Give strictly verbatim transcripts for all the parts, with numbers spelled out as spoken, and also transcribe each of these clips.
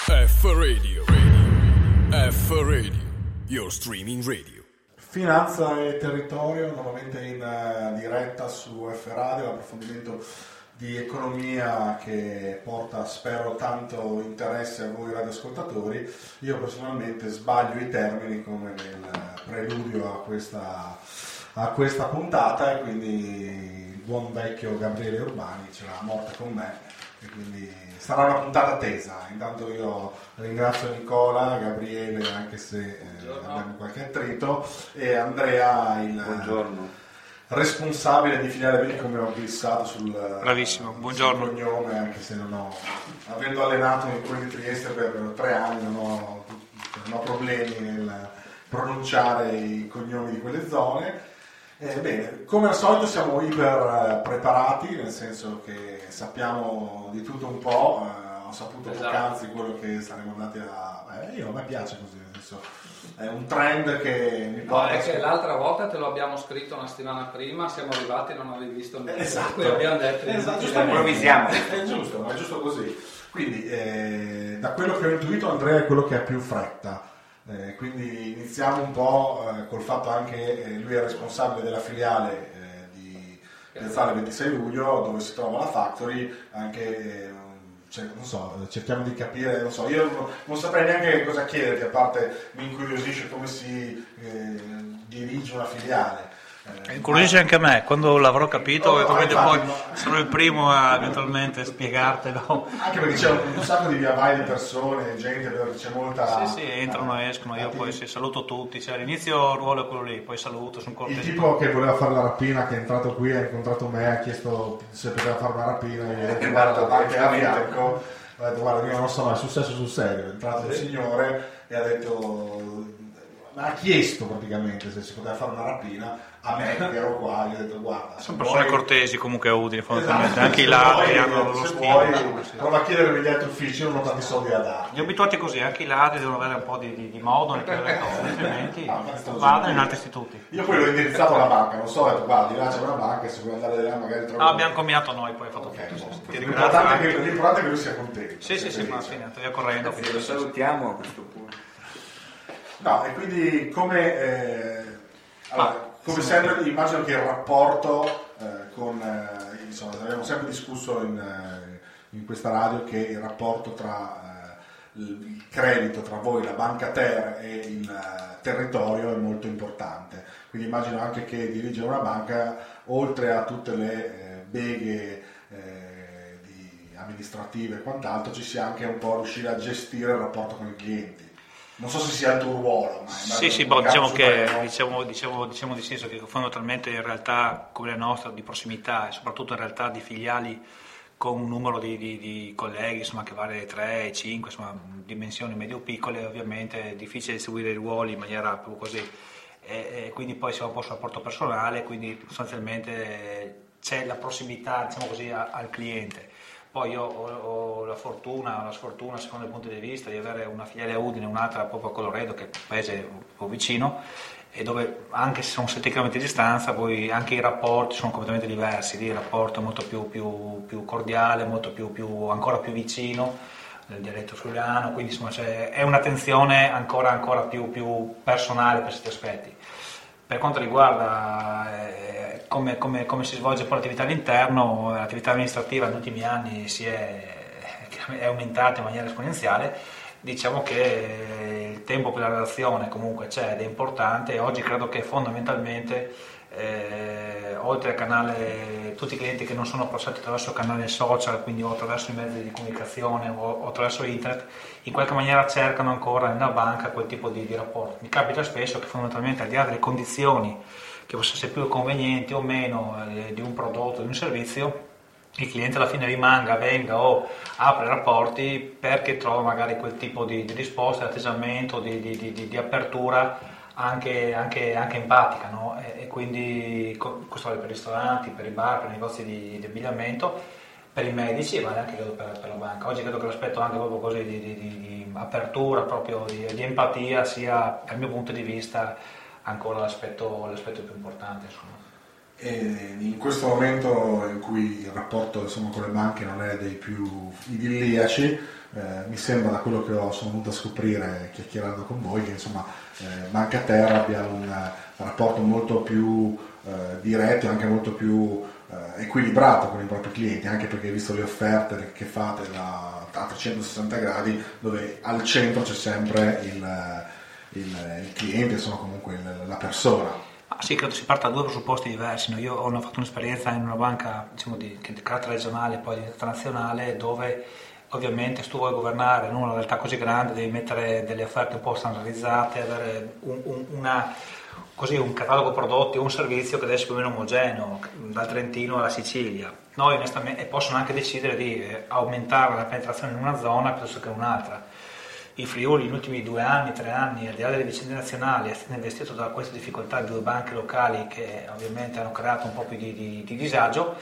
F Radio, Radio, F Radio, your streaming radio. Finanza e territorio, nuovamente in uh, diretta su F Radio, approfondimento di economia che porta, spero, tanto interesse a voi radioascoltatori. Io personalmente sbaglio i termini come nel preludio a questa, a questa puntata, e quindi il buon vecchio Gabriele Urbani ce l'ha morta con me, e quindi sarà una puntata tesa. Intanto io ringrazio Nicola, Gabriele, anche se eh, abbiamo qualche attrito, e Andrea, il Buongiorno. responsabile di filiale Beni, come ho glissato sul, Bravissimo, buongiorno. sul cognome, anche se non ho, avendo allenato in quelli di Trieste per tre anni, non ho, non ho problemi nel pronunciare i cognomi di quelle zone. Eh, bene, come al solito siamo iper preparati, nel senso che sappiamo di tutto un po', eh, ho saputo esatto. poc'anzi quello che saremmo andati a... Eh, io, a me piace così, nel senso, è un trend che mi porta... No, è che l'altra volta te lo abbiamo scritto una settimana prima, siamo arrivati e non avevi visto niente. Esatto. Poi abbiamo detto... Esatto, improvvisiamo. È giusto, ma è giusto così. Quindi, eh, da quello che ho intuito, Andrea è quello che ha più fretta. Eh, quindi iniziamo un po' eh, col fatto anche eh, lui è responsabile della filiale eh, di Piazzale ventisei luglio, dove si trova la Factory, anche eh, cioè, non so, cerchiamo di capire, non so, io non, non saprei neanche cosa chiederti, a parte mi incuriosisce come si eh, dirige una filiale. Incuriosisce anche a me, quando l'avrò capito, Oh, eventualmente infatti, poi no. sarò il primo a eventualmente spiegartelo. Anche perché c'è un sacco di via vai di persone, gente, perché c'è molta... Sì, sì, entrano e escono, io poi sì, saluto tutti, cioè, all'inizio il ruolo è quello lì, poi saluto, sono Il cortese. tipo che voleva fare la rapina, che è entrato qui, ha incontrato me, ha chiesto se poteva fare una rapina, e gli ho detto guarda, anche a fianco, ho detto guarda, io non so, ma è successo sul serio, è entrato un signore e ha detto, ha chiesto praticamente se si poteva fare una rapina, a me che ero qua, gli ho detto guarda, Sono persone vuoi... cortesi, comunque utili, fondamentalmente, Esatto, anche i se ladri vuoi, hanno lo se stile. vuoi, prova a chiedere il biglietto ufficio, non ho tanti soldi da dare. Gli abituati così, anche i ladri devono avere un po' di, di, di modo nel chiedere le cose, altrimenti Ah, ma sto vadano così. in altri istituti. Io poi l'ho indirizzato alla banca, non so, ho detto guarda, di là c'è una banca, se vuoi andare là magari trovi... No, abbiamo combinato noi, poi hai fatto Ok, tutto. boh. Ti L'importante ringrazio. è che, l'importante è che lui sia contento. Sì, sì, sì, ma felice. fine, via correndo. Sì, lo salutiamo a questo punto. No, e quindi come, eh, allora, Ah, come sì. sempre immagino che il rapporto eh, con, eh, insomma, abbiamo sempre discusso in, eh, in questa radio che il rapporto tra eh, il credito tra voi, la banca Ter e il eh, territorio è molto importante, quindi immagino anche che dirigere una banca, oltre a tutte le eh, beghe eh, di amministrative e quant'altro, ci sia anche un po' riuscire a gestire il rapporto con i clienti. Non so se sia il tuo ruolo, ma Sì, sì, boh, diciamo che diciamo, diciamo, diciamo di senso che fondamentalmente in realtà come la nostra di prossimità e soprattutto in realtà di filiali con un numero di, di, di colleghi insomma, che va dalle tre, cinque, insomma, dimensioni medio-piccole, ovviamente è difficile distribuire i ruoli in maniera proprio così, e, e quindi poi siamo un po' sul rapporto personale, quindi sostanzialmente c'è la prossimità, diciamo così, a, al cliente. Poi io ho, ho la fortuna, la sfortuna, secondo il punto di vista, di avere una filiale a Udine e un'altra proprio a Colloredo, che è un paese un po' vicino, e dove anche se sono sette chilometri di distanza, poi anche i rapporti sono completamente diversi. Lì il rapporto è molto più, più, più cordiale, molto più, più, ancora più vicino, nel dialetto friulano, quindi insomma c'è, è un'attenzione ancora, ancora più, più personale per questi aspetti. Per quanto riguarda eh, come, come, come si svolge poi l'attività all'interno, l'attività amministrativa negli ultimi anni si è, è aumentata in maniera esponenziale, diciamo che il tempo per la relazione comunque c'è ed è importante, e oggi credo che fondamentalmente eh, oltre al canale, tutti i clienti che non sono approcciati attraverso il canale social, quindi o attraverso i mezzi di comunicazione o, o attraverso internet, in qualche maniera cercano ancora nella banca quel tipo di, di rapporto. Mi capita spesso che fondamentalmente al di là delle condizioni che possano essere più convenienti o meno eh, di un prodotto, di un servizio, il cliente alla fine rimanga, venga o apre rapporti perché trova magari quel tipo di, di risposta, di atteggiamento, di, di, di, di apertura anche, anche, anche empatica, no? E, e quindi questo vale per i ristoranti, per i bar, per i negozi di, di abbigliamento, per i medici e vale anche credo, per, per la banca. Oggi credo che l'aspetto anche proprio così di, di, di, di apertura, proprio di, di empatia sia dal mio punto di vista ancora l'aspetto, l'aspetto più importante, insomma. E in questo momento in cui il rapporto insomma, con le banche non è dei più idilliaci, eh, mi sembra da quello che ho, sono venuto a scoprire chiacchierando con voi che insomma eh, Banca Ter abbia un, un rapporto molto più eh, diretto e anche molto più eh, equilibrato con i propri clienti, anche perché visto le offerte che fate da, a trecentosessanta gradi, dove al centro c'è sempre il, il, il cliente, insomma comunque il, la persona. Ah, sì, credo si parta da due presupposti diversi. No? Io ho fatto un'esperienza in una banca diciamo, di, di carattere regionale e poi di internazionale, dove ovviamente se tu vuoi governare in una realtà così grande devi mettere delle offerte un po' standardizzate, avere un, un, una, così, un catalogo prodotti o un servizio che deve essere più o meno omogeneo, dal Trentino alla Sicilia. Noi onestamente, e possono anche decidere di aumentare la penetrazione in una zona piuttosto che in un'altra. Il Friuli negli ultimi due anni, tre anni, al di là delle vicende nazionali, è stato investito da queste difficoltà di due banche locali che ovviamente hanno creato un po' più di, di, di disagio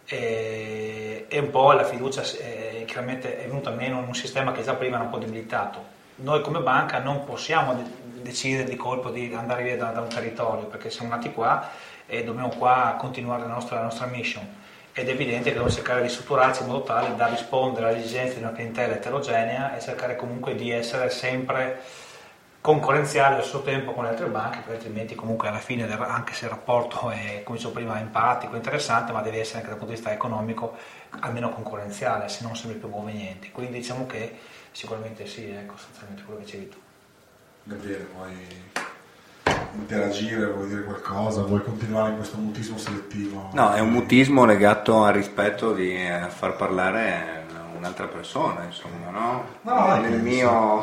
e, e un po' la fiducia è, chiaramente è venuta meno in un sistema che già prima era un po' debilitato. Noi come banca non possiamo de- decidere di colpo di andare via da, da un territorio, perché siamo nati qua e dobbiamo qua continuare la nostra, la nostra mission. Ed è evidente che dobbiamo cercare di strutturarci in modo tale da rispondere alle esigenze di una clientela eterogenea e cercare comunque di essere sempre concorrenziali al suo tempo con le altre banche, perché altrimenti comunque alla fine, anche se il rapporto è, come dicevo prima, empatico, interessante, ma deve essere anche dal punto di vista economico almeno concorrenziale, se non sempre più conveniente. Quindi diciamo che sicuramente sì, è sostanzialmente quello che dicevi tu. Va bene, vuoi interagire, vuoi dire qualcosa, vuoi continuare in questo mutismo selettivo? No, è un mutismo legato al rispetto di eh, far parlare un'altra persona, insomma, no? No, nel mio...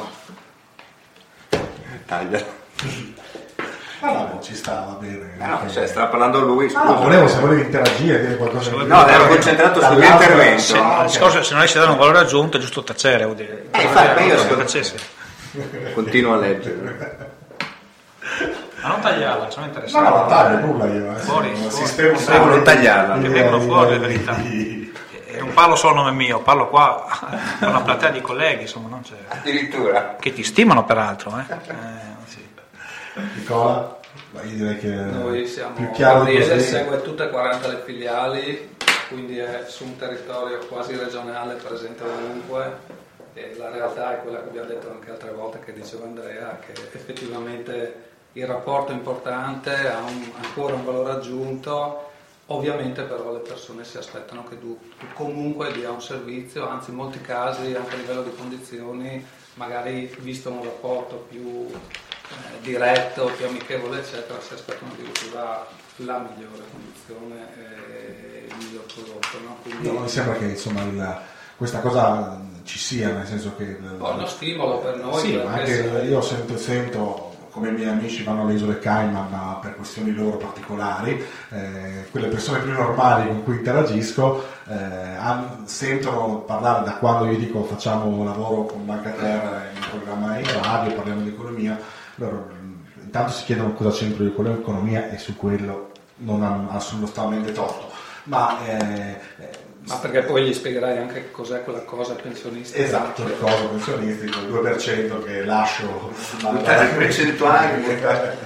Taglialo. Ah no, ci sta, va bene. No, perché... cioè, sta parlando lui, scusa. Ah, no, volevo, se volevi interagire, dire qualcosa. No, no, ero concentrato sul mio intervento. Se, Ah, okay. discorso, se non riesci a dare un valore aggiunto è giusto tacere, vuol dire. Eh, infatti, io se sto... tacessi. Continuo a leggere. Ma non tagliarla, sono No, interessante. no, non taglio nulla io. Eh. Fuori, Un fuori. sistema Prego, non tagliarla. Che vengono fuori le verità. E non parlo solo a nome mio, parlo qua con una platea di colleghi, insomma, non c'è... Addirittura. che ti stimano peraltro. Eh? Eh, sì. Nicola, io direi che Noi siamo, più chiaro di Gabriele così. segue tutte e quaranta le filiali, quindi è su un territorio quasi regionale, presente ovunque, e la realtà è quella che abbiamo detto anche altre volte, che diceva Andrea, che effettivamente il rapporto è importante, ha un, ancora un valore aggiunto. Ovviamente però le persone si aspettano che tu, tu comunque dia un servizio, anzi in molti casi anche a livello di condizioni, magari visto un rapporto più eh, diretto, più amichevole eccetera, si aspettano di ricevere la migliore condizione e il miglior prodotto. No? Quindi, No, mi sembra che insomma il, questa cosa ci sia, nel senso che... poi è uno stimolo per noi. Sì, ma anche se... io sento, sento come i miei amici vanno alle isole Cayman ma per questioni loro particolari, eh, quelle persone più normali con cui interagisco eh, han, sentono parlare da quando io dico facciamo lavoro con Banca Ter in programma in radio, parliamo di economia, loro intanto si chiedono cosa c'entro io con l'economia e su quello non hanno assolutamente torto, ma eh, Ma perché poi gli spiegherai anche cos'è quella cosa pensionistica. esatto, il coso pensionistico, il due per cento che lascio Tutte le percentuali.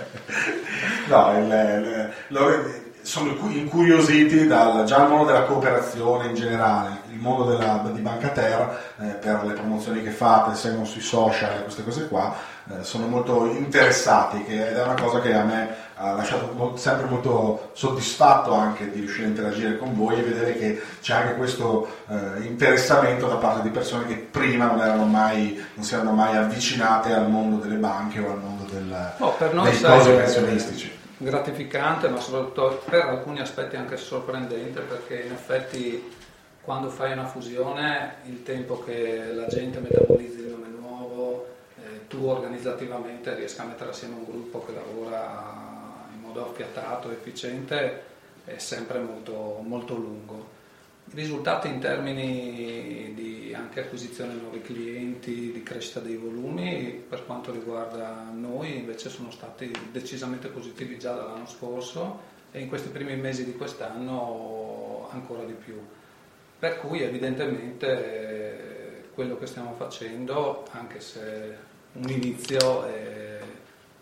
no, il, il, lo, sono incuriositi dal già il mondo della cooperazione in generale, il mondo della, di Banca Ter, eh, per le promozioni che fate, seguono sui social e queste cose qua, eh, sono molto interessati, che ed è una cosa che a me ha lasciato molto, sempre molto soddisfatto anche di riuscire a interagire con voi e vedere che c'è anche questo eh, interessamento da parte di persone che prima non erano mai, non si erano mai avvicinate al mondo delle banche o al mondo del, Oh, per noi dei sai, cosi pensionistici. Gratificante, ma soprattutto per alcuni aspetti anche sorprendente, perché in effetti quando fai una fusione il tempo che la gente metabolizzi il nome nuovo, eh, tu organizzativamente riesca a mettere assieme un gruppo che lavora in modo affiatato, efficiente, è sempre molto, molto lungo. I risultati in termini di anche acquisizione di nuovi clienti, di crescita dei volumi, per quanto riguarda noi invece sono stati decisamente positivi già dall'anno scorso e in questi primi mesi di quest'anno ancora di più. Per cui evidentemente quello che stiamo facendo, anche se un inizio, è,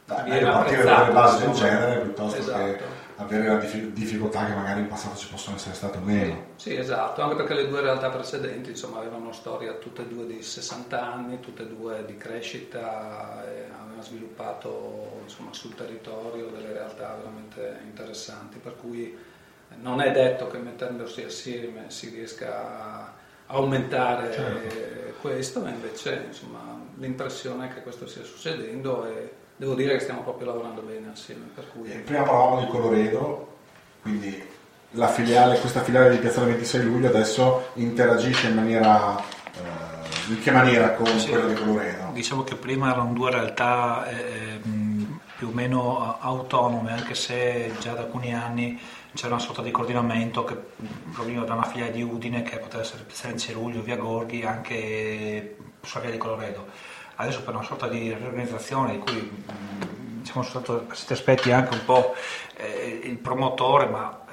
Dai, viene partire dalle basi del insomma. genere piuttosto Esatto. che avere la dif- difficoltà che magari in passato ci possono essere state o meno. Sì, esatto, anche perché le due realtà precedenti insomma, avevano storia tutte e due di sessanta anni, tutte e due di crescita, e avevano sviluppato insomma, sul territorio delle realtà veramente interessanti, per cui non è detto che mettendosi assieme si riesca a aumentare certo. questo, ma invece insomma, l'impressione è che questo stia succedendo e devo dire che stiamo proprio lavorando bene assieme. Per cui... E prima parlavamo di Coloredo, quindi la filiale, questa filiale di Piazzale ventisei luglio adesso interagisce in maniera, eh, in che maniera con Sì. quella di Coloredo? Diciamo che prima erano due realtà eh, più o meno autonome, anche se già da alcuni anni c'era una sorta di coordinamento che proveniva da una filiale di Udine che poteva essere Piazzale ventisei luglio, via Gorghi, anche sulla via di Coloredo. Adesso per una sorta di riorganizzazione di cui mh, diciamo, sono stato per certi aspetti anche un po' eh, il promotore, ma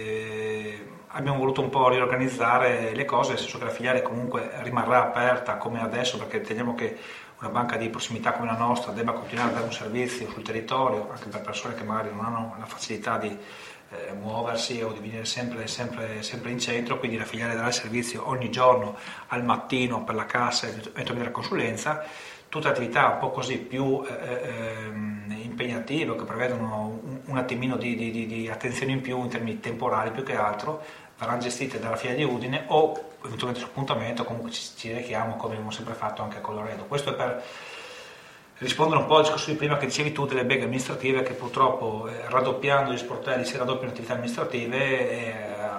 eh, abbiamo voluto un po' riorganizzare le cose, nel senso che la filiale comunque rimarrà aperta come adesso, perché teniamo che una banca di prossimità come la nostra debba continuare a dare un servizio sul territorio, anche per persone che magari non hanno la facilità di eh, muoversi o di venire sempre, sempre, sempre in centro, quindi la filiale darà il servizio ogni giorno al mattino per la cassa e eventualmente la consulenza, tutte attività un po' così più eh, impegnative, che prevedono un, un attimino di, di, di attenzione in più in termini temporali più che altro, verranno gestite dalla filiale di Udine o eventualmente su appuntamento, comunque ci, ci richiamo come abbiamo sempre fatto anche a Coloredo. Questo è per rispondere un po' al discorso di prima che dicevi tu delle beghe amministrative che purtroppo eh, raddoppiando gli sportelli si raddoppiano le attività amministrative e, eh,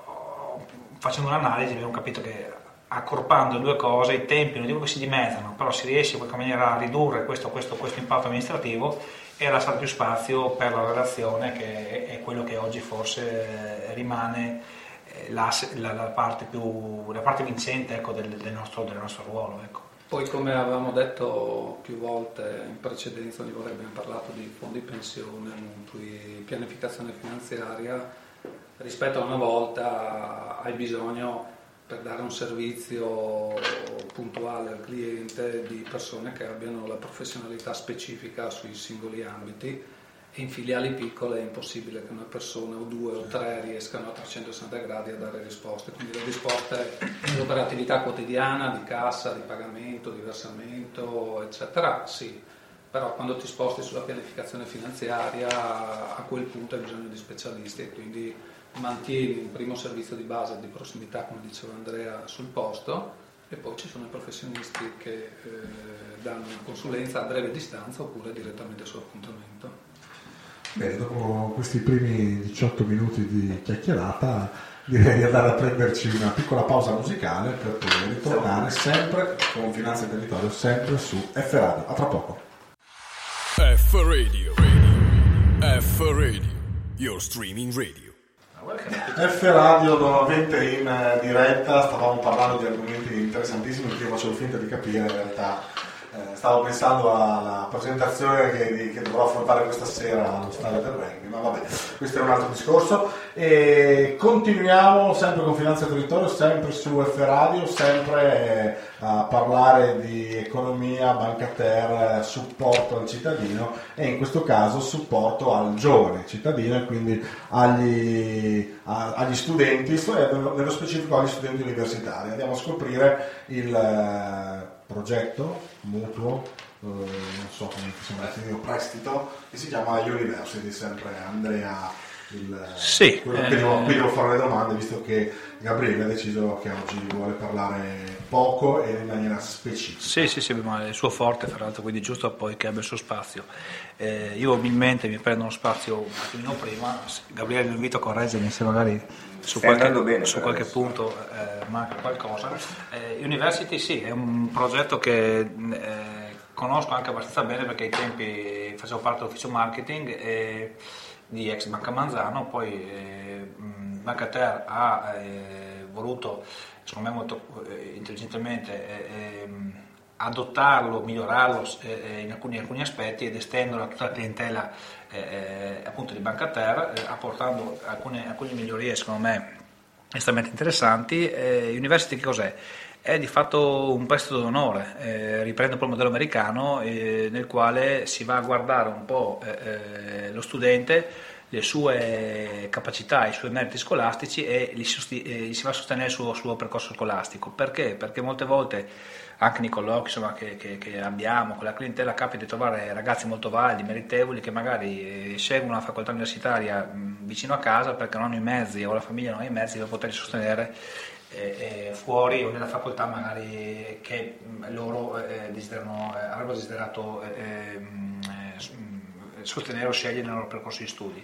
facendo un'analisi abbiamo capito che accorpando le due cose i tempi non dico che si dimezzano, però si riesce in qualche maniera a ridurre questo, questo, questo impatto amministrativo e a lasciare più spazio per la relazione, che è, è quello che oggi forse rimane eh, la, la, la, parte più, la parte vincente, ecco, del, del, nostro, del nostro ruolo, ecco. Poi, come avevamo detto più volte in precedenza, ogni volta abbiamo parlato di fondi pensione, mutui, pianificazione finanziaria, rispetto a una volta hai bisogno, per dare un servizio puntuale al cliente, di persone che abbiano la professionalità specifica sui singoli ambiti, e in filiali piccole è impossibile che una persona o due o tre riescano a trecentosessanta gradi a dare risposte, quindi le risposte dell'operatività quotidiana, di cassa, di pagamento, di versamento, eccetera, sì, però quando ti sposti sulla pianificazione finanziaria a quel punto hai bisogno di specialisti e quindi mantieni un primo servizio di base di prossimità, come diceva Andrea, sul posto, e poi ci sono i professionisti che eh, danno una consulenza a breve distanza oppure direttamente su appuntamento. Bene, dopo questi primi diciotto minuti di chiacchierata direi di andare a prenderci una piccola pausa musicale per poi ritornare sempre con Finanza e Territorio, sempre su F Radio. A tra poco. F Radio, radio. F Radio, your streaming radio. F Radio nuovamente in diretta, stavamo parlando di argomenti interessantissimi che io facevo finta di capire, in realtà eh, stavo pensando alla presentazione che, che dovrò affrontare questa sera allo stadio del rugby, ma vabbè, questo è un altro discorso. E continuiamo sempre con Finanza e Territorio, sempre su F Radio, sempre eh, a parlare di economia, banca ter, supporto al cittadino e in questo caso supporto al giovane cittadino e quindi agli, a, agli studenti, nello specifico agli studenti universitari. Andiamo a scoprire il eh, progetto mutuo, eh, non so come si chiama, prestito, che si chiama University, sempre Andrea. Il, sì, quello eh, che devo, qui devo fare le domande, visto che Gabriele ha deciso che oggi vuole parlare poco e in maniera specifica. Sì, sì, sì, ma è il suo forte, fra l'altro, quindi giusto poi che abbia il suo spazio. Eh, io umilmente mi prendo uno spazio un attimino prima, Gabriele lo invito a correggermi se magari su qualche, bene, su qualche punto eh, manca qualcosa. Eh, University sì, è un progetto che eh, conosco anche abbastanza bene perché ai tempi facevo parte dell'ufficio marketing e di ex Banca Manzano, poi eh, Banca Ter ha eh, voluto, secondo me molto eh, intelligentemente, eh, eh, adottarlo, migliorarlo eh, in alcuni, alcuni aspetti ed estenderlo a tutta la clientela eh, appunto di Banca Ter, eh, apportando alcune, alcune migliorie secondo me estremamente interessanti. Eh, University che cos'è? è di fatto un prestito d'onore, eh, riprende un po' il modello americano eh, nel quale si va a guardare un po' eh, lo studente, le sue capacità, i suoi meriti scolastici e gli, sosti- e gli si va a sostenere il suo, suo percorso scolastico. Perché? Perché molte volte anche nei colloqui insomma, che, che, che abbiamo con la clientela capita di trovare ragazzi molto validi, meritevoli che magari eh, seguono una facoltà universitaria mh, vicino a casa perché non hanno i mezzi o la famiglia non ha i mezzi per poterli sostenere eh, eh, fuori o nella facoltà magari che mh, loro eh, desiderano, eh, avrebbero desiderato eh, eh, sostenere o scegliere nel loro percorso di studi.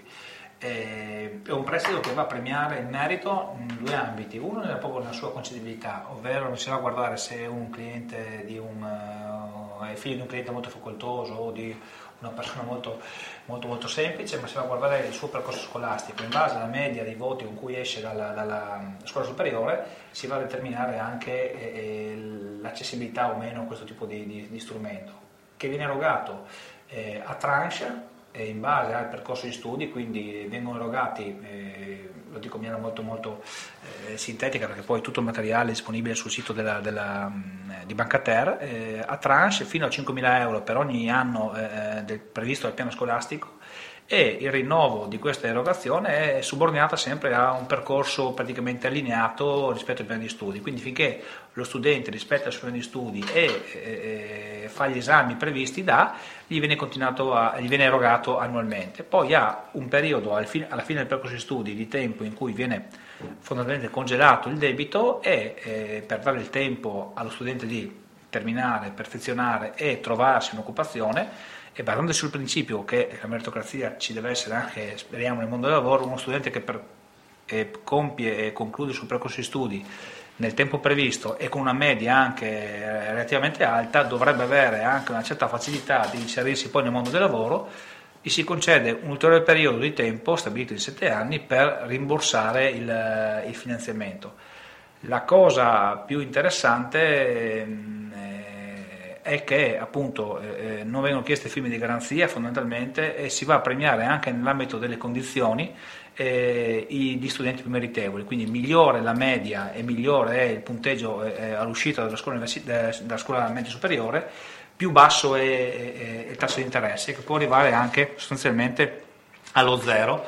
È un prestito che va a premiare il merito in due ambiti. Uno è proprio nella sua concedibilità, ovvero non si va a guardare se è un cliente di un uh, è figlio di un cliente molto facoltoso o di una persona molto, molto, molto semplice, ma si va a guardare il suo percorso scolastico. In base alla media dei voti con cui esce dalla, dalla scuola superiore si va a determinare anche eh, l'accessibilità o meno a questo tipo di, di, di strumento, che viene erogato eh, a tranche in base al percorso di studi, quindi vengono erogati, eh, lo dico in maniera molto molto eh, sintetica perché poi tutto il materiale è disponibile sul sito della, della, di Bancater, eh, a tranche fino a cinquemila euro per ogni anno eh, del, previsto dal piano scolastico, e il rinnovo di questa erogazione è subordinata sempre a un percorso praticamente allineato rispetto ai piani di studi, quindi finché lo studente rispetta i suoi piani di studi e eh, fa gli esami previsti da, gli viene, continuato a, gli viene erogato annualmente. Poi ha un periodo al fine, alla fine del percorso di studi di tempo in cui viene fondamentalmente congelato il debito e eh, per dare il tempo allo studente di terminare, perfezionare e trovarsi un'occupazione, e basandosi sul principio che la meritocrazia ci deve essere anche, speriamo, nel mondo del lavoro, uno studente che per, eh, compie e conclude il suo percorso di studi nel tempo previsto e con una media anche eh, relativamente alta dovrebbe avere anche una certa facilità di inserirsi poi nel mondo del lavoro. Gli si concede un ulteriore periodo di tempo stabilito di sette anni per rimborsare il, il finanziamento. La cosa più interessante eh, è che appunto eh, non vengono chieste firme di garanzia fondamentalmente, e si va a premiare anche nell'ambito delle condizioni eh, gli studenti più meritevoli, quindi migliore la media e migliore è il punteggio eh, all'uscita dalla scuola, dalla scuola media superiore, più basso è, è, è il tasso di interesse, che può arrivare anche sostanzialmente allo zero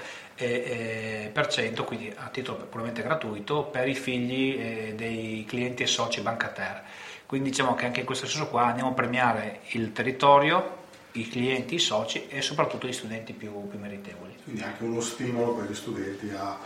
eh, per cento, quindi a titolo puramente gratuito per i figli eh, dei clienti e soci Bancater. Quindi diciamo che anche in questo senso qua andiamo a premiare il territorio, i clienti, i soci e soprattutto gli studenti più, più meritevoli. Quindi anche uno stimolo per gli studenti a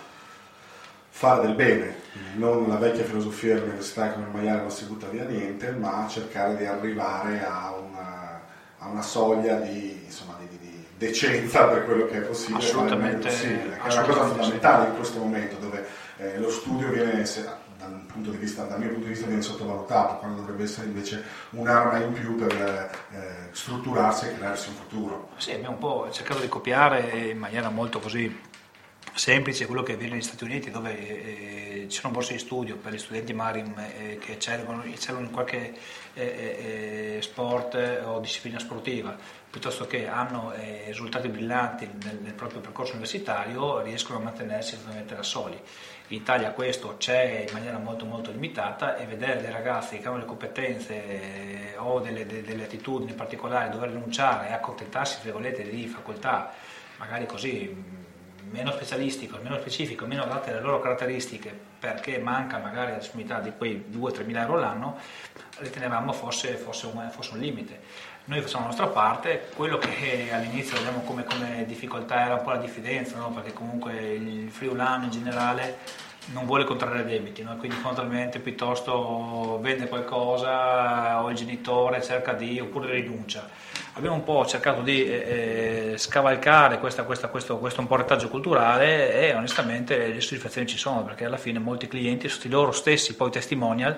fare del bene, non la vecchia filosofia dell'università che nel maiale non si butta via niente, ma cercare di arrivare a una, a una soglia di, insomma, di, di decenza per quello che è possibile. Assolutamente, possibile, che è una cosa fondamentale in questo momento dove eh, lo studio viene, se, dal, punto di vista, dal mio punto di vista, viene sottovalutato, quando dovrebbe essere invece un'arma in più per eh, strutturarsi e crearsi un futuro. Sì, abbiamo un po' cercato di copiare in maniera molto così semplice quello che avviene negli Stati Uniti, dove eh, ci sono borse di studio per gli studenti magari eh, che eccellono in qualche eh, eh, sport o disciplina sportiva, piuttosto che hanno eh, risultati brillanti nel, nel proprio percorso universitario, riescono a mantenersi totalmente da soli. In Italia questo c'è in maniera molto molto limitata, e vedere dei ragazzi che hanno le competenze eh, o delle, delle, delle attitudini particolari, dover rinunciare e accontentarsi di facoltà magari così meno specialistico, meno specifico, meno adatte alle loro caratteristiche, perché manca magari la disponibilità di quei due tre mila euro l'anno, ritenevamo fosse, fosse, un, fosse un limite. Noi facciamo la nostra parte, quello che all'inizio vediamo come, come difficoltà era un po' la diffidenza, no? Perché comunque il friulano in generale non vuole contrarre debiti, no? Quindi fondamentalmente piuttosto vende qualcosa o il genitore cerca di, oppure rinuncia. Abbiamo un po' cercato di eh, scavalcare questa, questa, questo, questo un po' retaggio culturale, e onestamente le soddisfazioni ci sono, perché alla fine molti clienti sono stati loro stessi poi testimonial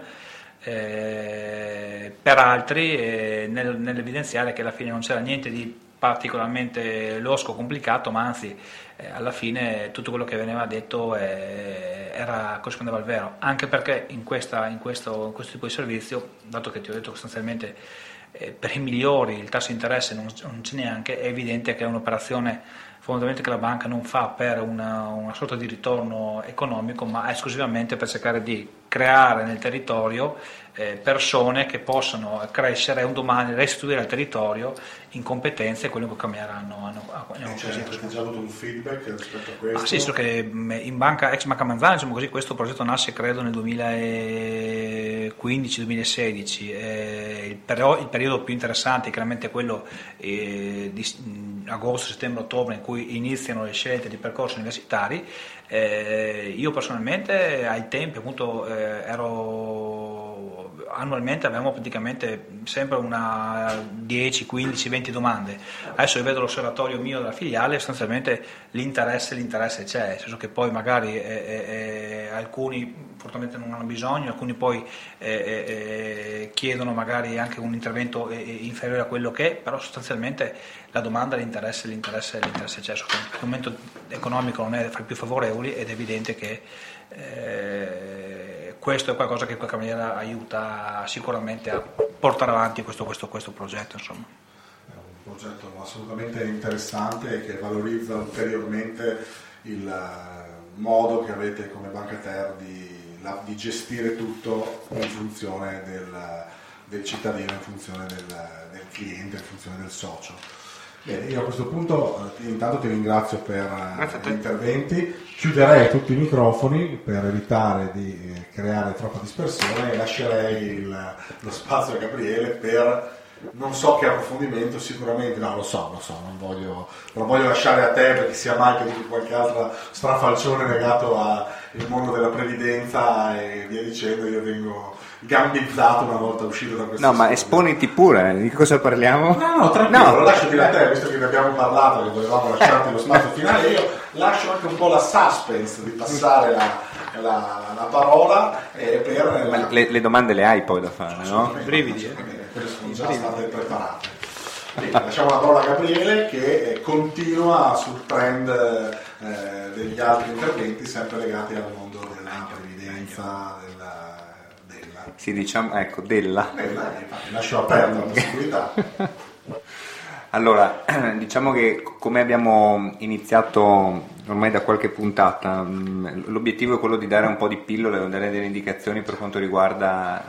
eh, per altri eh, nel, nell'evidenziare che alla fine non c'era niente di particolarmente losco, complicato, ma anzi eh, alla fine tutto quello che veniva detto eh, era, corrispondeva al vero, anche perché in, questa, in, questo, in questo tipo di servizio, dato che ti ho detto sostanzialmente eh, per i migliori il tasso di interesse non, non c'è neanche, è evidente che è un'operazione fondamentalmente che la banca non fa per una, una sorta di ritorno economico, ma esclusivamente per cercare di creare nel territorio eh, persone che possano crescere e un domani restituire al territorio in competenze quello che Cambiare hanno, hanno, hanno cioè, avete già avuto un feedback rispetto a questo? Ah, sì, so che in banca ex Banca Manzana, diciamo così, questo progetto nasce credo nel duemilaquindici duemilasedici. Eh, il, pero- il periodo più interessante è chiaramente quello eh, di mh, agosto, settembre, ottobre, in cui iniziano le scelte di percorsi universitari. Eh, io personalmente ai tempi appunto eh, ero annualmente avevamo praticamente sempre una dieci, quindici, venti domande. Adesso io vedo l'osservatorio mio della filiale, sostanzialmente l'interesse, l'interesse c'è, nel senso che poi magari eh, eh, alcuni fortunatamente non hanno bisogno, alcuni poi eh, eh, chiedono magari anche un intervento eh, inferiore a quello che è, però sostanzialmente la domanda, l'interesse, l'interesse, l'interesse c'è. Il momento economico non è fra i più favorevoli ed è evidente che eh, questo è qualcosa che in qualche maniera aiuta sicuramente a portare avanti questo, questo, questo progetto. Insomma. È un progetto assolutamente interessante e che valorizza ulteriormente il modo che avete come Banca Ter di, la, di gestire tutto in funzione del, del cittadino, in funzione del, del cliente, in funzione del socio. Bene, io a questo punto eh, intanto ti ringrazio per gli interventi, chiuderei tutti i microfoni per evitare di eh, creare troppa dispersione e lascerei il, lo spazio a Gabriele per non so che approfondimento, sicuramente, no lo so, lo so, non voglio, non voglio lasciare a te perché sia mai che di qualche altra strafalcione legato al mondo della previdenza e via dicendo. Io vengo gambizzato una volta uscito da questo no studio. Ma esponiti pure, di cosa parliamo? No, no, tranquillo, no. Lo lascio dire a te, visto che ne abbiamo parlato, che volevamo lasciarti lo spazio finale. Io lascio anche un po' la suspense di passare la, la, la parola eh, per Ma la... le, le domande le hai poi da fare, no? Brividi, eh? Quelle sono già state preparate. Bene, lasciamo la parola a Gabriele che continua sul trend eh, degli altri interventi sempre legati al mondo della previdenza, della, della... Sì, diciamo, ecco, della. della infatti, lascio aperta la possibilità. Allora, diciamo che come abbiamo iniziato ormai da qualche puntata, l'obiettivo è quello di dare un po' di pillole, dare delle indicazioni per quanto riguarda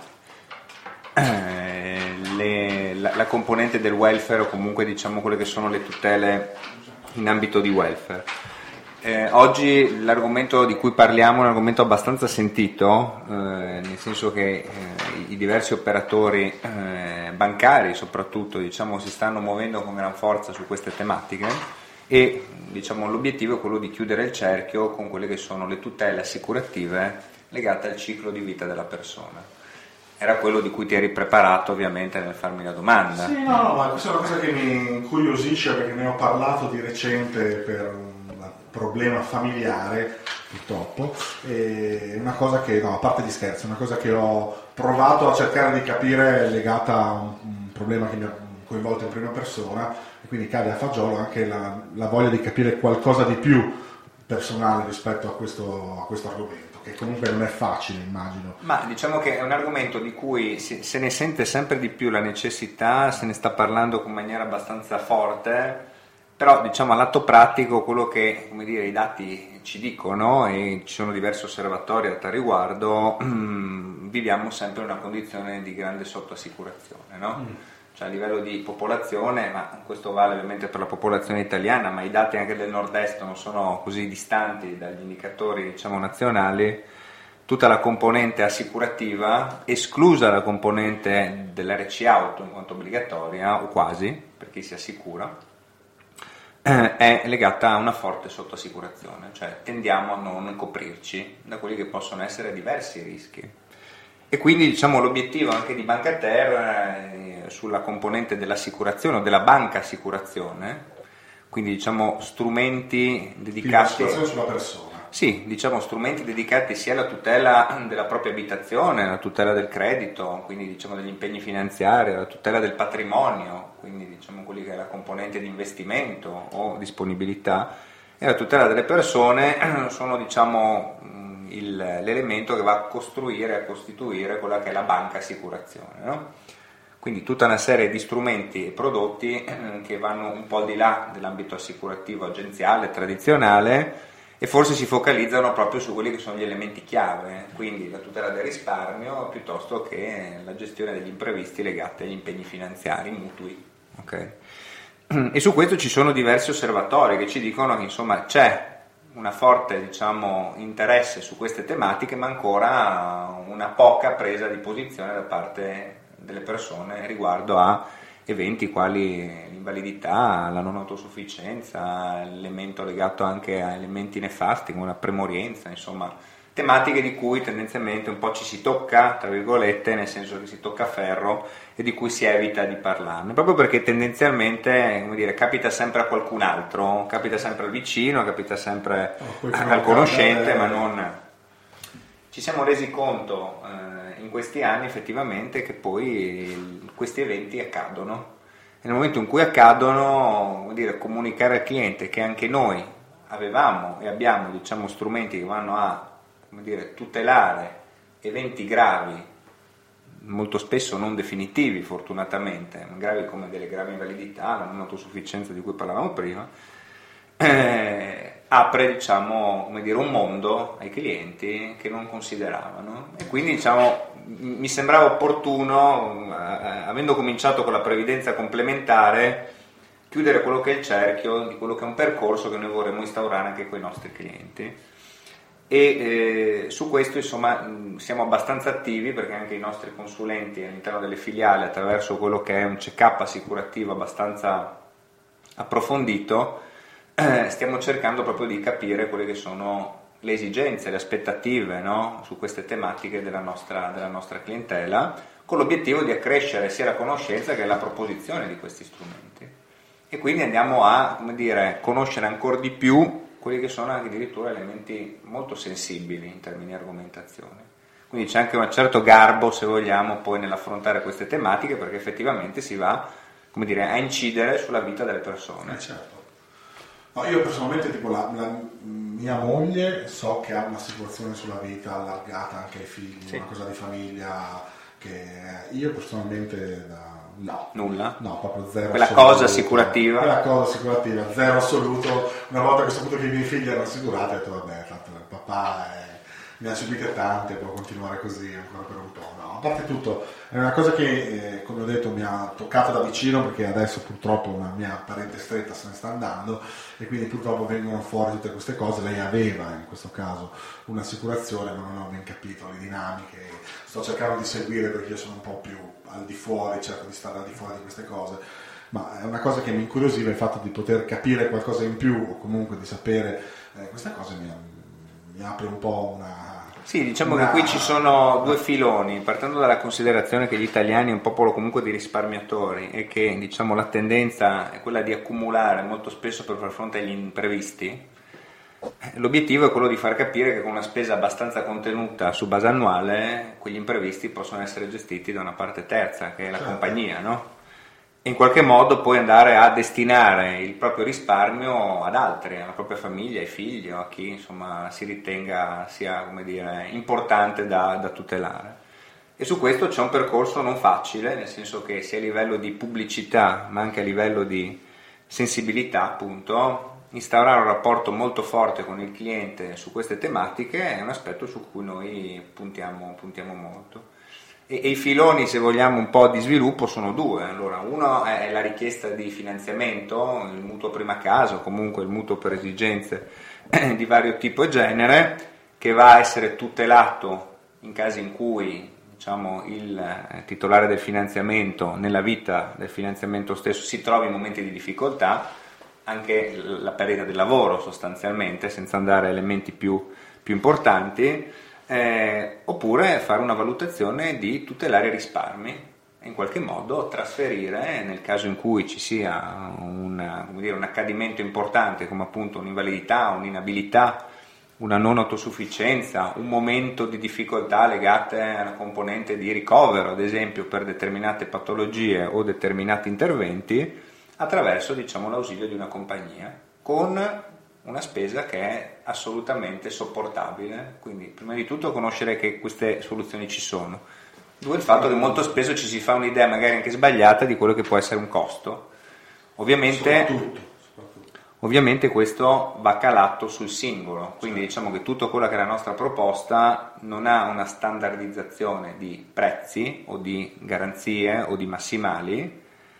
eh, le, la, la componente del welfare o comunque diciamo quelle che sono le tutele in ambito di welfare. Eh, oggi l'argomento di cui parliamo è un argomento abbastanza sentito, eh, nel senso che eh, i diversi operatori eh, bancari soprattutto diciamo, si stanno muovendo con gran forza su queste tematiche e diciamo, l'obiettivo è quello di chiudere il cerchio con quelle che sono le tutele assicurative legate al ciclo di vita della persona. Era quello di cui ti eri preparato ovviamente nel farmi la domanda. Sì, no, no, ma questa è una cosa che mi incuriosisce perché ne ho parlato di recente per un problema familiare, purtroppo, è una cosa che, no, a parte gli scherzi, è una cosa che ho provato a cercare di capire legata a un, un problema che mi ha coinvolto in prima persona e quindi cade a fagiolo anche la, la voglia di capire qualcosa di più personale rispetto a questo, a questo argomento, che comunque non è facile, immagino. Ma diciamo che è un argomento di cui si, se ne sente sempre di più la necessità, se ne sta parlando in maniera abbastanza forte, però diciamo all'atto pratico quello che come dire, i dati ci dicono e ci sono diversi osservatori a tal riguardo, viviamo sempre in una condizione di grande sottoassicurazione, no? Mm. Cioè a livello di popolazione, ma questo vale ovviamente per la popolazione italiana, ma i dati anche del nord-est non sono così distanti dagli indicatori diciamo nazionali, tutta la componente assicurativa, esclusa la componente dell'R C auto in quanto obbligatoria, o quasi, per chi si assicura, eh, è legata a una forte sottoassicurazione, cioè tendiamo a non coprirci da quelli che possono essere diversi rischi. E quindi diciamo l'obiettivo anche di Banca Ter eh, sulla componente dell'assicurazione o della banca assicurazione, quindi diciamo strumenti dedicati l'assicurazione sulla persona. Sì, diciamo strumenti dedicati sia alla tutela della propria abitazione, alla tutela del credito, quindi diciamo degli impegni finanziari, alla tutela del patrimonio, quindi diciamo quelli che è la componente di investimento o disponibilità, e la tutela delle persone sono diciamo il, l'elemento che va a costruire, a costituire quella che è la banca assicurazione, no? Quindi tutta una serie di strumenti e prodotti eh, che vanno un po' al di là dell'ambito assicurativo agenziale, tradizionale, e forse si focalizzano proprio su quelli che sono gli elementi chiave, quindi la tutela del risparmio piuttosto che la gestione degli imprevisti legati agli impegni finanziari, mutui. Okay. E su questo ci sono diversi osservatori che ci dicono che insomma c'è una forte, diciamo, interesse su queste tematiche, ma ancora una poca presa di posizione da parte delle persone riguardo a eventi quali l'invalidità, la non autosufficienza, l'elemento legato anche a elementi nefasti come la premorienza, insomma tematiche di cui tendenzialmente un po' ci si tocca, tra virgolette, nel senso che si tocca a ferro e di cui si evita di parlarne, proprio perché tendenzialmente, come dire, capita sempre a qualcun altro, capita sempre al vicino, capita sempre oh, al conoscente, ma non... Ci siamo resi conto eh, in questi anni effettivamente che poi questi eventi accadono e nel momento in cui accadono, come dire, comunicare al cliente che anche noi avevamo e abbiamo, diciamo, strumenti che vanno a, come dire, tutelare eventi gravi, molto spesso non definitivi fortunatamente, gravi come delle gravi invalidità, la non autosufficienza di cui parlavamo prima, eh, apre, diciamo, come dire, un mondo ai clienti che non consideravano, e quindi, diciamo, mi sembrava opportuno, eh, avendo cominciato con la previdenza complementare, chiudere quello che è il cerchio di quello che è un percorso che noi vorremmo instaurare anche con i nostri clienti. E eh, su questo, insomma, siamo abbastanza attivi, perché anche i nostri consulenti all'interno delle filiali, attraverso quello che è un check-up assicurativo abbastanza approfondito, eh, stiamo cercando proprio di capire quelle che sono le esigenze, le aspettative, no? Su queste tematiche della nostra, della nostra clientela, con l'obiettivo di accrescere sia la conoscenza che la proposizione di questi strumenti. E quindi andiamo a, come dire, conoscere ancora di più quelli che sono anche addirittura elementi molto sensibili in termini di argomentazione. Quindi c'è anche un certo garbo, se vogliamo, poi nell'affrontare queste tematiche, perché effettivamente si va, come dire, a incidere sulla vita delle persone. Eh certo. No, io personalmente, tipo, la, la mia moglie so che ha una situazione sulla vita allargata anche ai figli, sì. Una cosa di famiglia che io personalmente da, no. Nulla? No, proprio zero. Quella assoluto, cosa assicurativa? Quella cosa assicurativa, zero assoluto. Una volta che ho saputo che i miei figli erano assicurati, ho detto vabbè, tanto il papà è, ne ha subite tante, può continuare così ancora per un po'. No, a parte tutto, è una cosa che, eh, come ho detto, mi ha toccato da vicino, perché adesso purtroppo una mia parente stretta se ne sta andando e quindi purtroppo vengono fuori tutte queste cose. Lei aveva in questo caso un'assicurazione, ma non ho ben capito le dinamiche, sto cercando di seguire perché io sono un po' più al di fuori, cerco di stare al di fuori di queste cose, ma è una cosa che mi incuriosiva, il fatto di poter capire qualcosa in più o comunque di sapere eh, queste cose mi, mi apre un po' una... Sì, diciamo una... che qui ci sono due filoni, partendo dalla considerazione che gli italiani è un popolo comunque di risparmiatori e che, diciamo, la tendenza è quella di accumulare molto spesso per far fronte agli imprevisti. L'obiettivo è quello di far capire che con una spesa abbastanza contenuta su base annuale quegli imprevisti possono essere gestiti da una parte terza, che è la certo. compagnia, no? E in qualche modo poi andare a destinare il proprio risparmio ad altri, alla propria famiglia, ai figli o a chi, insomma, si ritenga sia, come dire, importante da, da tutelare. E su questo c'è un percorso non facile, nel senso che sia a livello di pubblicità ma anche a livello di sensibilità, appunto, instaurare un rapporto molto forte con il cliente su queste tematiche è un aspetto su cui noi puntiamo, puntiamo molto. E, e i filoni, se vogliamo, un po' di sviluppo sono due. Allora, uno è la richiesta di finanziamento, il mutuo prima casa o comunque il mutuo per esigenze di vario tipo e genere, che va a essere tutelato in casi in cui, diciamo, il titolare del finanziamento nella vita del finanziamento stesso si trovi in momenti di difficoltà, anche la perdita del lavoro sostanzialmente, senza andare a elementi più, più importanti, eh, oppure fare una valutazione di tutelare i risparmi e in qualche modo trasferire, nel caso in cui ci sia un, come dire, un accadimento importante come appunto un'invalidità, un'inabilità, una non autosufficienza, un momento di difficoltà legate a una componente di ricovero, ad esempio per determinate patologie o determinati interventi, attraverso, diciamo, l'ausilio di una compagnia, con una spesa che è assolutamente sopportabile. Quindi prima di tutto conoscere che queste soluzioni ci sono, Due, il fatto che molto spesso ci si fa un'idea magari anche sbagliata di quello che può essere un costo. Ovviamente, Soprattutto, soprattutto. ovviamente questo va calato sul singolo, quindi diciamo che tutto quello che è la nostra proposta non ha una standardizzazione di prezzi o di garanzie o di massimali,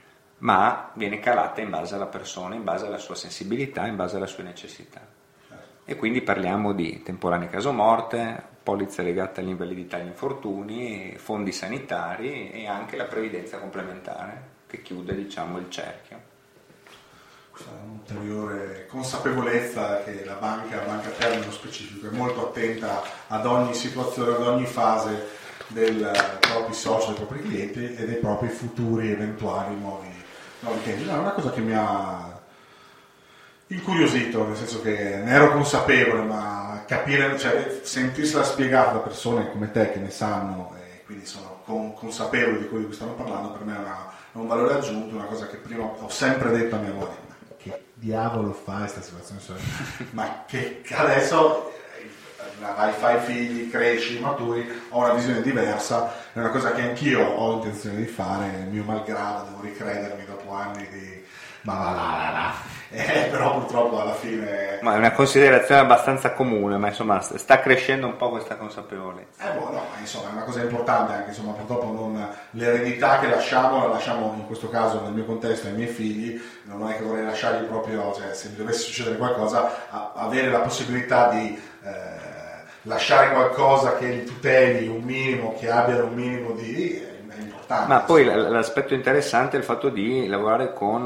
ma viene calata in base alla persona, in base alla sua sensibilità, in base alle sue necessità. E quindi parliamo di temporanee casomorte, polizze legate all'invalidità e agli infortuni, fondi sanitari e anche la previdenza complementare che chiude, diciamo, il cerchio. Questa è un'ulteriore consapevolezza che la banca, la banca Terra nello specifico, è molto attenta ad ogni situazione, ad ogni fase dei propri soci, dei propri clienti e dei propri futuri eventuali nuovi, nuovi clienti. No, è una cosa che mi ha incuriosito, nel senso che ne ero consapevole, ma capire, cioè sentirsela spiegata da persone come te che ne sanno e quindi sono con, consapevoli di quello di cui stanno parlando, per me è, una, è un valore aggiunto, una cosa che prima ho sempre detto a mia moglie, ma che diavolo fa questa situazione? Ma che adesso vai, fai figli, cresci, maturi, ho una visione diversa, è una cosa che anch'io ho intenzione di fare, mio malgrado, devo ricredermi dopo anni di ma va là, là, là. Eh, però purtroppo alla fine... Ma è una considerazione abbastanza comune, ma insomma sta crescendo un po' questa consapevolezza. Eh boh, no, ma insomma è una cosa importante anche, insomma purtroppo non, l'eredità che lasciamo, la lasciamo in questo caso nel mio contesto ai miei figli, non è che vorrei lasciargli proprio, cioè se mi dovesse succedere qualcosa, a, avere la possibilità di eh, lasciare qualcosa che li tuteli un minimo, che abbiano un minimo di... Ma poi l'aspetto interessante è il fatto di lavorare con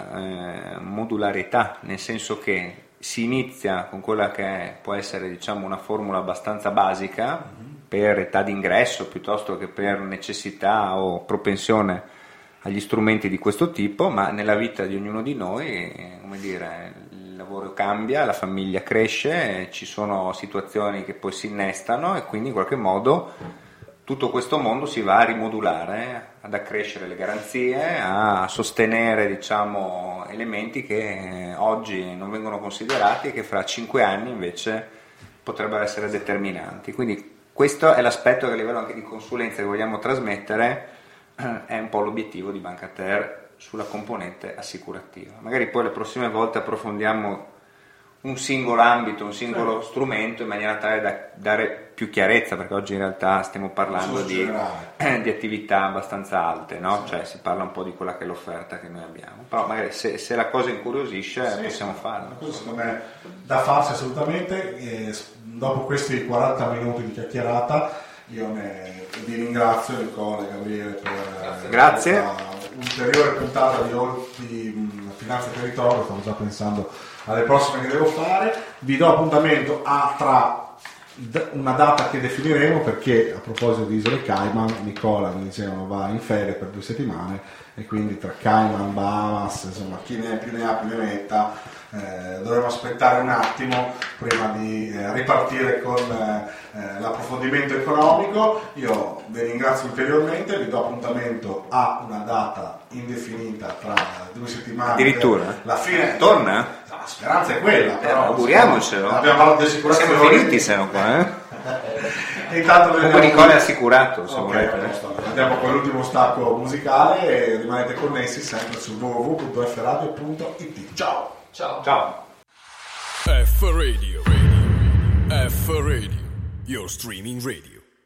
eh, modularità, nel senso che si inizia con quella che è, può essere diciamo una formula abbastanza basica mm-hmm. per età d'ingresso piuttosto che per necessità o propensione agli strumenti di questo tipo, ma nella vita di ognuno di noi, come dire, il lavoro cambia, la famiglia cresce, ci sono situazioni che poi si innestano e quindi in qualche modo tutto questo mondo si va a rimodulare, ad accrescere le garanzie, a sostenere diciamo, elementi che oggi non vengono considerati e che fra cinque anni invece potrebbero essere determinanti. Quindi questo è l'aspetto che a livello anche di consulenza che vogliamo trasmettere, è un po' l'obiettivo di Bancater sulla componente assicurativa. Magari poi le prossime volte approfondiamo un singolo ambito, un singolo sì. strumento in maniera tale da dare più chiarezza, perché oggi in realtà stiamo parlando di, eh, di attività abbastanza alte, no? Sì. Cioè si parla un po' di quella che è l'offerta che noi abbiamo, però magari se, se la cosa incuriosisce sì, possiamo sì. farlo. Una cosa secondo me da farsi assolutamente, e dopo questi quaranta minuti di chiacchierata io ne, vi ringrazio Nicola e Gabriele per Grazie. questa ulteriore puntata di, di Finanza e Territorio, stavo già pensando alle prossime che devo fare, vi do appuntamento a tra una data che definiremo, perché a proposito di Isole Cayman, Nicola mi dicevano va in ferie per due settimane e quindi tra Cayman, Bahamas, insomma chi ne più ne ha più ne metta, eh, dovremo aspettare un attimo prima di eh, ripartire con eh, l'approfondimento economico. Io vi ringrazio ulteriormente, vi do appuntamento a una data indefinita tra due settimane, addirittura la fine torna? La speranza è quella, però eh, auguriamocelo. Abbiamo parlato di assicurazione. Siamo finiti se no qua, eh? E intanto come Nicola è assicurato, se okay, volete. Andiamo con l'ultimo stacco musicale e rimanete connessi sempre su w w w punto f radio punto i t. Ciao. Ciao. Ciao. F Radio. Radio. F Radio. Your streaming radio.